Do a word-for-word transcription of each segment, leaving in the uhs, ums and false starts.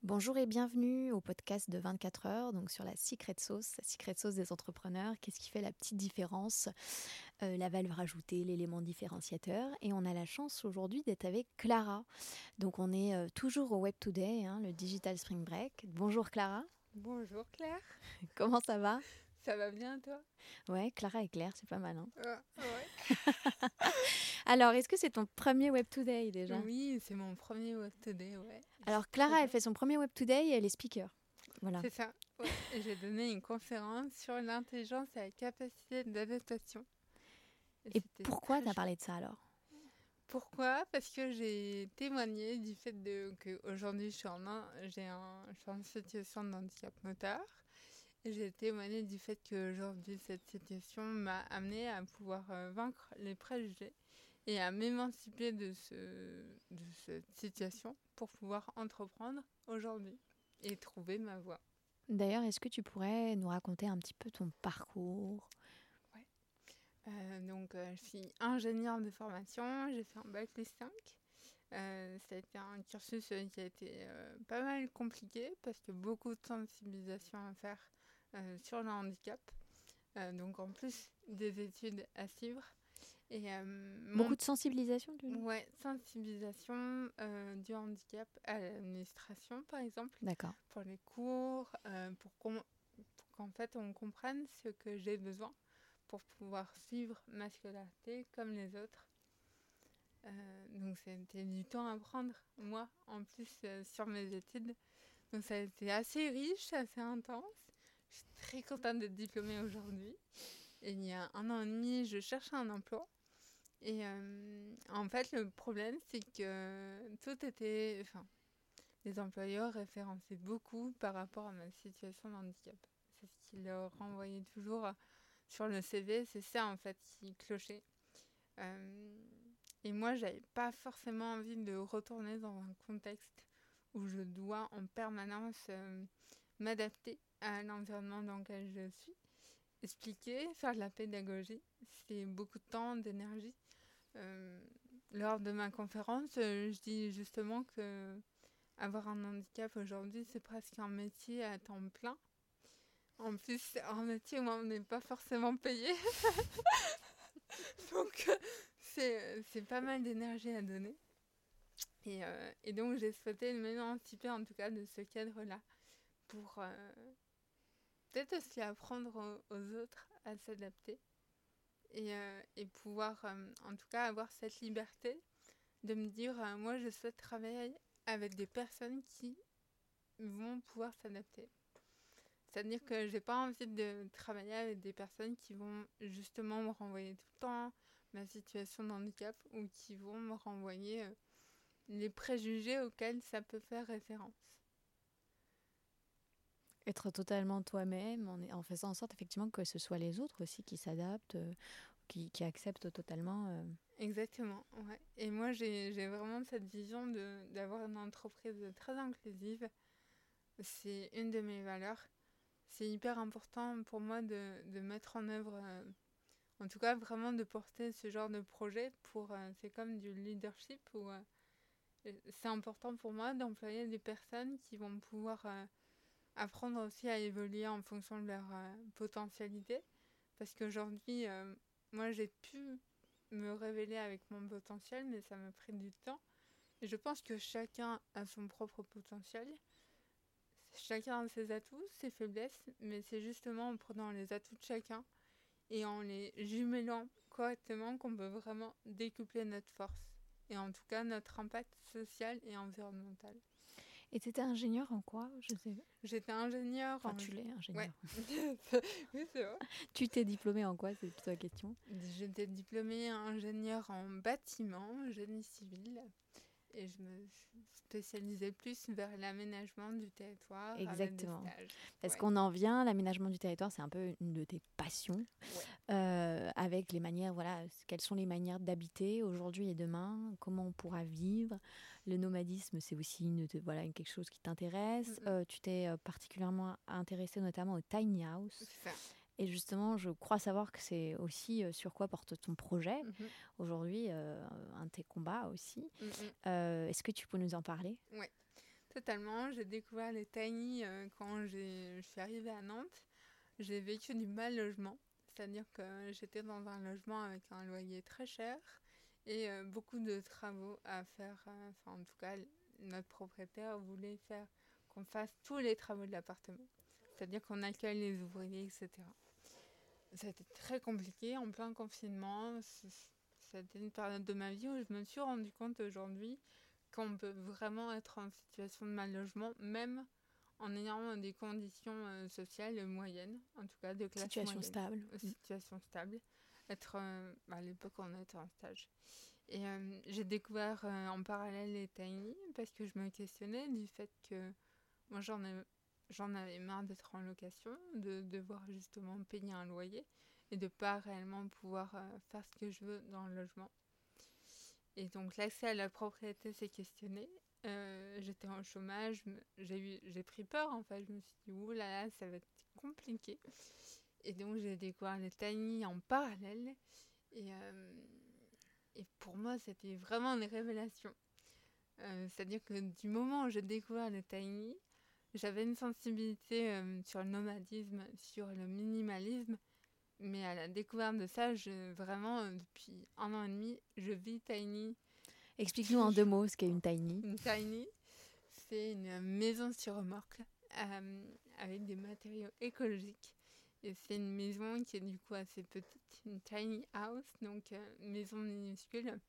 Bonjour et bienvenue au podcast de vingt-quatre heures, donc sur la secret sauce, la secret sauce des entrepreneurs. Qu'est-ce qui fait la petite différence, euh, la valeur ajoutée, l'élément différenciateur. Et on a la chance aujourd'hui d'être avec Clara. Donc on est euh, toujours au Web Today, hein, le Digital Spring Break. Bonjour Clara, Bonjour Claire, comment ça va? ça va bien toi? Ouais, Clara et Claire, c'est pas mal, hein. Euh, Ouais. Alors, est-ce que c'est ton premier Web Today déjà? Oui, c'est mon premier Web Today, ouais. Je suis Alors très Clara, elle bien. fait son premier Web Today et elle est speaker. Voilà. C'est ça, ouais. Et j'ai donné une conférence sur l'intelligence et la capacité d'adaptation. Et Et c'était pourquoi très t'as chouette. parlé de ça alors? Pourquoi? Parce que j'ai témoigné du fait de, que aujourd'hui je suis en, un- j'ai un, je suis en situation de handicap moteur. Et j'ai témoigné du fait qu'aujourd'hui cette situation m'a amené à pouvoir euh, vaincre les préjugés et à m'émanciper de, ce, de cette situation pour pouvoir entreprendre aujourd'hui et trouver ma voie. D'ailleurs, est-ce que tu pourrais nous raconter un petit peu ton parcours? Ouais. Euh, donc, euh, je suis ingénieure de formation, j'ai fait un bac plus cinq. Euh, ça a été un cursus euh, qui a été euh, pas mal compliqué parce que beaucoup de sensibilisation à faire euh, sur le handicap. Euh, donc, en plus des études à suivre. Et euh, mon Beaucoup de sensibilisation, tu dis? Ouais, sensibilisation euh, du handicap à l'administration, par exemple, D'accord. pour les cours, euh, pour, qu'on- pour qu'en fait on comprenne ce que j'ai besoin pour pouvoir suivre ma scolarité comme les autres. Euh, donc c'était du temps à prendre, moi, en plus euh, sur mes études. Donc ça a été assez riche, assez intense. Je suis très contente d'être diplômée aujourd'hui. Et il y a un an et demi, je cherchais un emploi. Et euh, en fait, le problème, c'est que tout était. Enfin, les employeurs référençaient beaucoup par rapport à ma situation de handicap. C'est ce qu'ils leur renvoyaient toujours sur le C V, c'est ça en fait qui clochait. Euh, et moi, j'avais pas forcément envie de retourner dans un contexte où je dois en permanence euh, m'adapter à l'environnement dans lequel je suis. Expliquer, faire de la pédagogie, c'est beaucoup de temps, d'énergie. Euh, Lors de ma conférence, euh, je dis justement que avoir un handicap aujourd'hui, c'est presque un métier à temps plein. En plus, c'est un métier où on n'est pas forcément payé. Donc, euh, c'est, c'est pas mal d'énergie à donner. Et, euh, et donc, j'ai souhaité m'émanciper en tout cas de ce cadre-là pour euh, peut-être aussi apprendre aux, aux autres à s'adapter et, euh, et pouvoir euh, en tout cas avoir cette liberté de me dire, euh, moi je souhaite travailler avec des personnes qui vont pouvoir s'adapter. C'est-à-dire que j'ai pas envie de travailler avec des personnes qui vont justement me renvoyer tout le temps ma situation de handicap ou qui vont me renvoyer euh, les préjugés auxquels ça peut faire référence. Être totalement toi-même en, en faisant en sorte effectivement que ce soit les autres aussi qui s'adaptent, euh, qui, qui acceptent totalement. euh. Exactement, ouais. Et moi j'ai, j'ai vraiment cette vision de, d'avoir une entreprise très inclusive. C'est une de mes valeurs. C'est hyper important pour moi de, de mettre en œuvre, euh, en tout cas vraiment de porter ce genre de projet. Pour, euh, c'est comme du leadership où euh, c'est important pour moi d'employer des personnes qui vont pouvoir euh, apprendre aussi à évoluer en fonction de leur euh, potentialité. Parce qu'aujourd'hui, euh, moi j'ai pu me révéler avec mon potentiel, mais ça m'a pris du temps. Et je pense que chacun a son propre potentiel. Chacun a ses atouts, ses faiblesses, mais c'est justement en prenant les atouts de chacun et en les jumelant correctement qu'on peut vraiment décupler notre force et en tout cas notre impact social et environnemental. Et tu étais ingénieur en quoi? Je sais. J'étais ingénieure Enfin, en... tu l'es Ouais, ingénieur. oui c'est vrai. Tu t'es diplômée en quoi? C'est plutôt la question. J'étais diplômée ingénieure en bâtiment, génie civil, et je me spécialisais plus vers l'aménagement du territoire avec des Exactement. stages. Parce Ouais, qu'on en vient, l'aménagement du territoire, c'est un peu une de tes passions, ouais. euh, avec les manières, voilà, quelles sont les manières d'habiter aujourd'hui et demain, comment on pourra vivre. Le nomadisme, c'est aussi une, de- voilà, quelque chose qui Mm, t'intéresse. mm. Euh, tu t'es euh, particulièrement intéressée notamment au tiny house. C'est ça. Et justement, je crois savoir que c'est aussi euh, sur quoi porte ton projet Mhm. aujourd'hui, euh, un de tes combats aussi. Mm, mm. Euh, est-ce que tu peux nous en parler? Ouais. totalement. J'ai découvert les tiny euh, quand j'ai, je suis arrivée à Nantes. J'ai vécu du mal logement, c'est-à-dire que j'étais dans un logement avec un loyer très cher et euh, beaucoup de travaux à faire. euh, Enfin, en tout cas, notre propriétaire voulait faire qu'on fasse tous les travaux de l'appartement, c'est-à-dire qu'on accueille les ouvriers, et cetera. Ça a été très compliqué en plein confinement. C'était une période de ma vie où je me suis rendu compte aujourd'hui qu'on peut vraiment être en situation de mal logement, même en ayant des conditions euh, sociales moyennes, en tout cas de classe Situation moyenne. stable. Euh, Situation stable. Être, euh, bah, à l'époque, on était en stage. Et euh, j'ai découvert euh, en parallèle les tiny parce que je me questionnais du fait que moi j'en ai, j'en avais marre d'être en location, de devoir justement payer un loyer et de pas réellement pouvoir euh, faire ce que je veux dans le logement. Et donc l'accès à la propriété s'est questionné. Euh, j'étais en chômage, j'ai, eu, j'ai pris peur en fait. Je me suis dit, ouh là là, ça va être compliqué. Et donc j'ai découvert les tiny en parallèle. Et, euh, et pour moi, c'était vraiment une révélation. Euh, c'est-à-dire que du moment où j'ai découvert les tiny, j'avais une sensibilité euh, sur le nomadisme, sur le minimalisme. Mais à la découverte de ça, je, vraiment, euh, depuis un an et demi, je vis tiny. Explique-nous en deux mots ce qu'est une tiny. Une tiny, c'est une maison sur remorque euh, avec des matériaux écologiques. Et c'est une maison qui est du coup assez petite, une tiny house, donc euh, maison minuscule.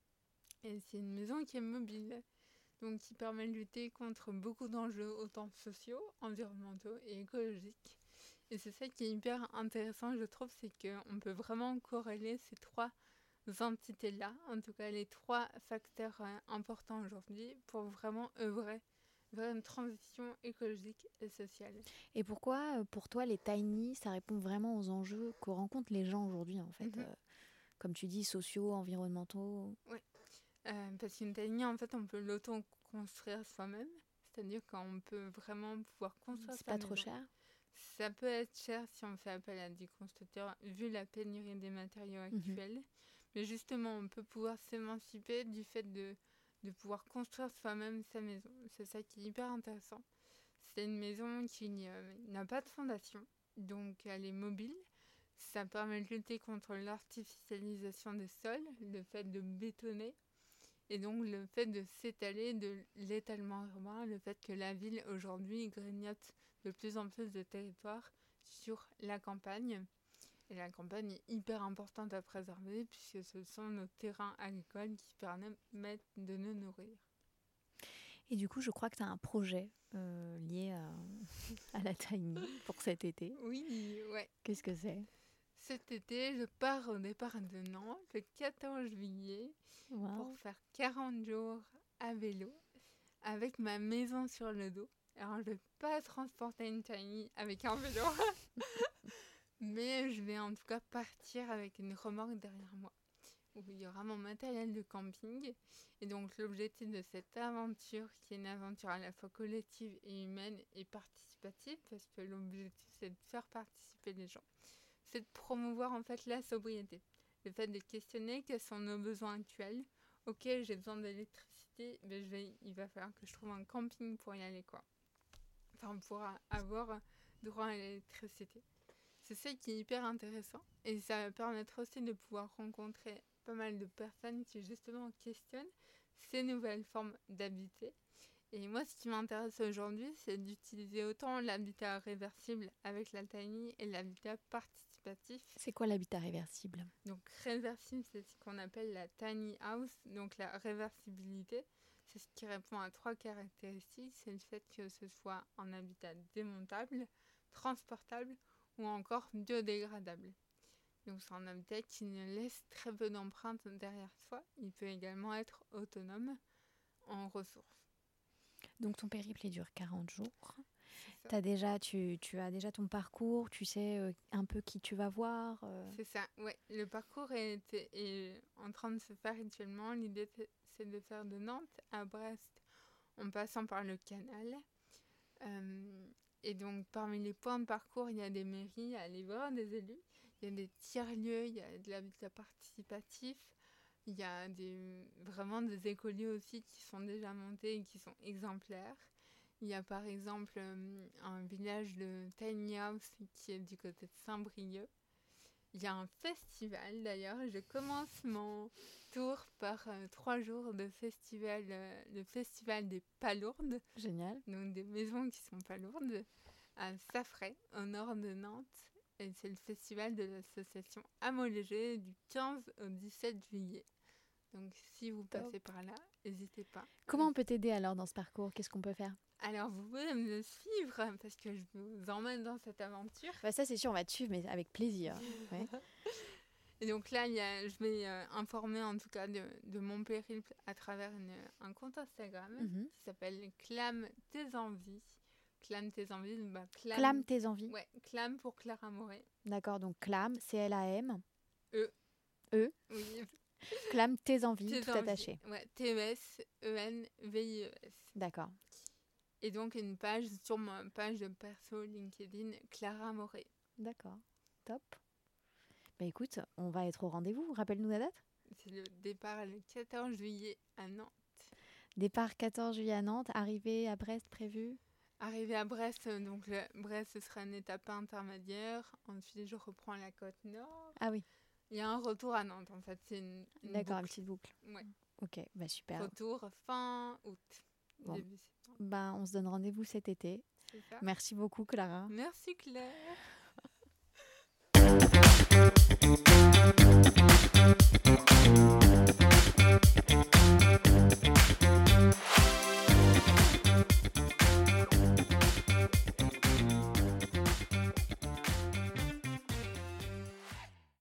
Et c'est une maison qui est mobile, donc qui permet de lutter contre beaucoup d'enjeux, autant sociaux, environnementaux et écologiques. Et c'est ça qui est hyper intéressant, je trouve, c'est qu'on peut vraiment corréler ces trois entités-là, en tout cas les trois facteurs euh, importants aujourd'hui pour vraiment œuvrer vers une transition écologique et sociale. Et pourquoi, euh, pour toi, les tiny, ça répond vraiment aux enjeux que rencontrent les gens aujourd'hui, en fait, Mm-hmm. euh, comme tu dis, sociaux, environnementaux. Oui, euh, parce qu'une tiny, en fait, on peut l'auto-construire soi-même, c'est-à-dire qu'on peut vraiment pouvoir construire C'est sa pas maison. trop cher? Ça peut être cher si on fait appel à des constructeurs, vu la pénurie des matériaux actuels. Mm-hmm. Mais justement, on peut pouvoir s'émanciper du fait de, de pouvoir construire soi-même sa maison. C'est ça qui est hyper intéressant. C'est une maison qui euh, n'a pas de fondation, donc elle est mobile. Ça permet de lutter contre l'artificialisation des sols, le fait de bétonner, et donc le fait de s'étaler, de l'étalement urbain, le fait que la ville aujourd'hui grignote de plus en plus de territoires sur la campagne. Et la campagne est hyper importante à préserver puisque ce sont nos terrains agricoles qui permettent de nous nourrir. Et du coup, je crois que tu as un projet euh, lié à, à la tiny pour cet été. Oui, ouais. Qu'est-ce que c'est? Cet été, je pars au départ de Nantes le quatorze juillet wow. pour faire quarante jours à vélo avec ma maison sur le dos. Alors, je ne vais pas transporter une tiny avec un vélo, mais je vais en tout cas partir avec une remorque derrière moi, où il y aura mon matériel de camping. Et donc, l'objectif de cette aventure, qui est une aventure à la fois collective et humaine et participative, parce que l'objectif, c'est de faire participer les gens, c'est de promouvoir en fait la sobriété. Le fait de questionner quels sont nos besoins actuels. Ok, j'ai besoin d'électricité, mais je vais, il va falloir que je trouve un camping pour y aller, quoi. Enfin, pour avoir droit à l'électricité. C'est ça qui est hyper intéressant. Et ça va permettre aussi de pouvoir rencontrer pas mal de personnes qui justement questionnent ces nouvelles formes d'habiter. Et moi, ce qui m'intéresse aujourd'hui, c'est d'utiliser autant l'habitat réversible avec la tiny et l'habitat participatif. C'est quoi l'habitat réversible? Donc, réversible, c'est ce qu'on appelle la tiny house, donc la réversibilité. C'est ce qui répond à trois caractéristiques. C'est le fait que ce soit un habitat démontable, transportable ou encore biodégradable. Donc, c'est un habitat qui ne laisse très peu d'empreintes derrière soi. Il peut également être autonome en ressources. Donc ton périple il dure quarante jours. T'as déjà, tu, tu as déjà ton parcours, tu sais euh, un peu qui tu vas voir euh... C'est ça, ouais. Le parcours est, est en train de se faire actuellement. L'idée, c'est de faire de Nantes à Brest en passant par le canal. Euh, et donc, parmi les points de parcours, il y a des mairies à aller voir, des élus. Il y a des tiers-lieux, il y a de l'habitat participatif. Il y a des, vraiment des écoliers aussi qui sont déjà montés et qui sont exemplaires. Il y a par exemple euh, un village de Tiny House qui est du côté de Saint-Brieuc. Il y a un festival d'ailleurs. Je commence mon tour par euh, trois jours de festival, euh, le festival des Palourdes. Génial. Donc des maisons qui sont palourdes, à Saffray, au nord de Nantes. Et c'est le festival de l'association Amo Léger du quinze au dix-sept juillet. Donc si vous Top. passez par là, n'hésitez pas. Comment on peut t'aider alors dans ce parcours? Qu'est-ce qu'on peut faire? Alors vous pouvez me suivre parce que je vous emmène dans cette aventure. Bah ça c'est sûr, on va te suivre, mais avec plaisir. Ouais. Et donc là, il y a, je vais euh, informer en tout cas de, de mon périple à travers une, un compte Instagram Mhm. qui s'appelle Clame tes envies. Clame tes envies, bah, clame, Clame tes envies. Ouais, Clame pour Clara Moret. D'accord, donc clame, C L A M. E. E. Oui. Clame tes envies, Tes tout envies. attaché. Ouais, T E S E N V I E S. D'accord. Et donc une page sur ma page de perso LinkedIn, Clara Moret. D'accord. Top. Bah écoute, on va être au rendez-vous. Rappelle-nous la date. C'est le départ le quatorze juillet à Nantes. Départ quatorze juillet à Nantes, arrivée à Brest prévue. Arrivé à Brest, donc le, Brest ce sera une étape intermédiaire. Ensuite, je reprends la côte nord. Ah oui, Il y a un retour à Nantes, en fait. C'est une, une d'accord, une boucle. petite boucle. Ouais. Ok, bah super. Retour fin août, Bon. début septembre. Bah on se donne rendez-vous cet été. C'est ça. Merci beaucoup Clara. Merci Claire.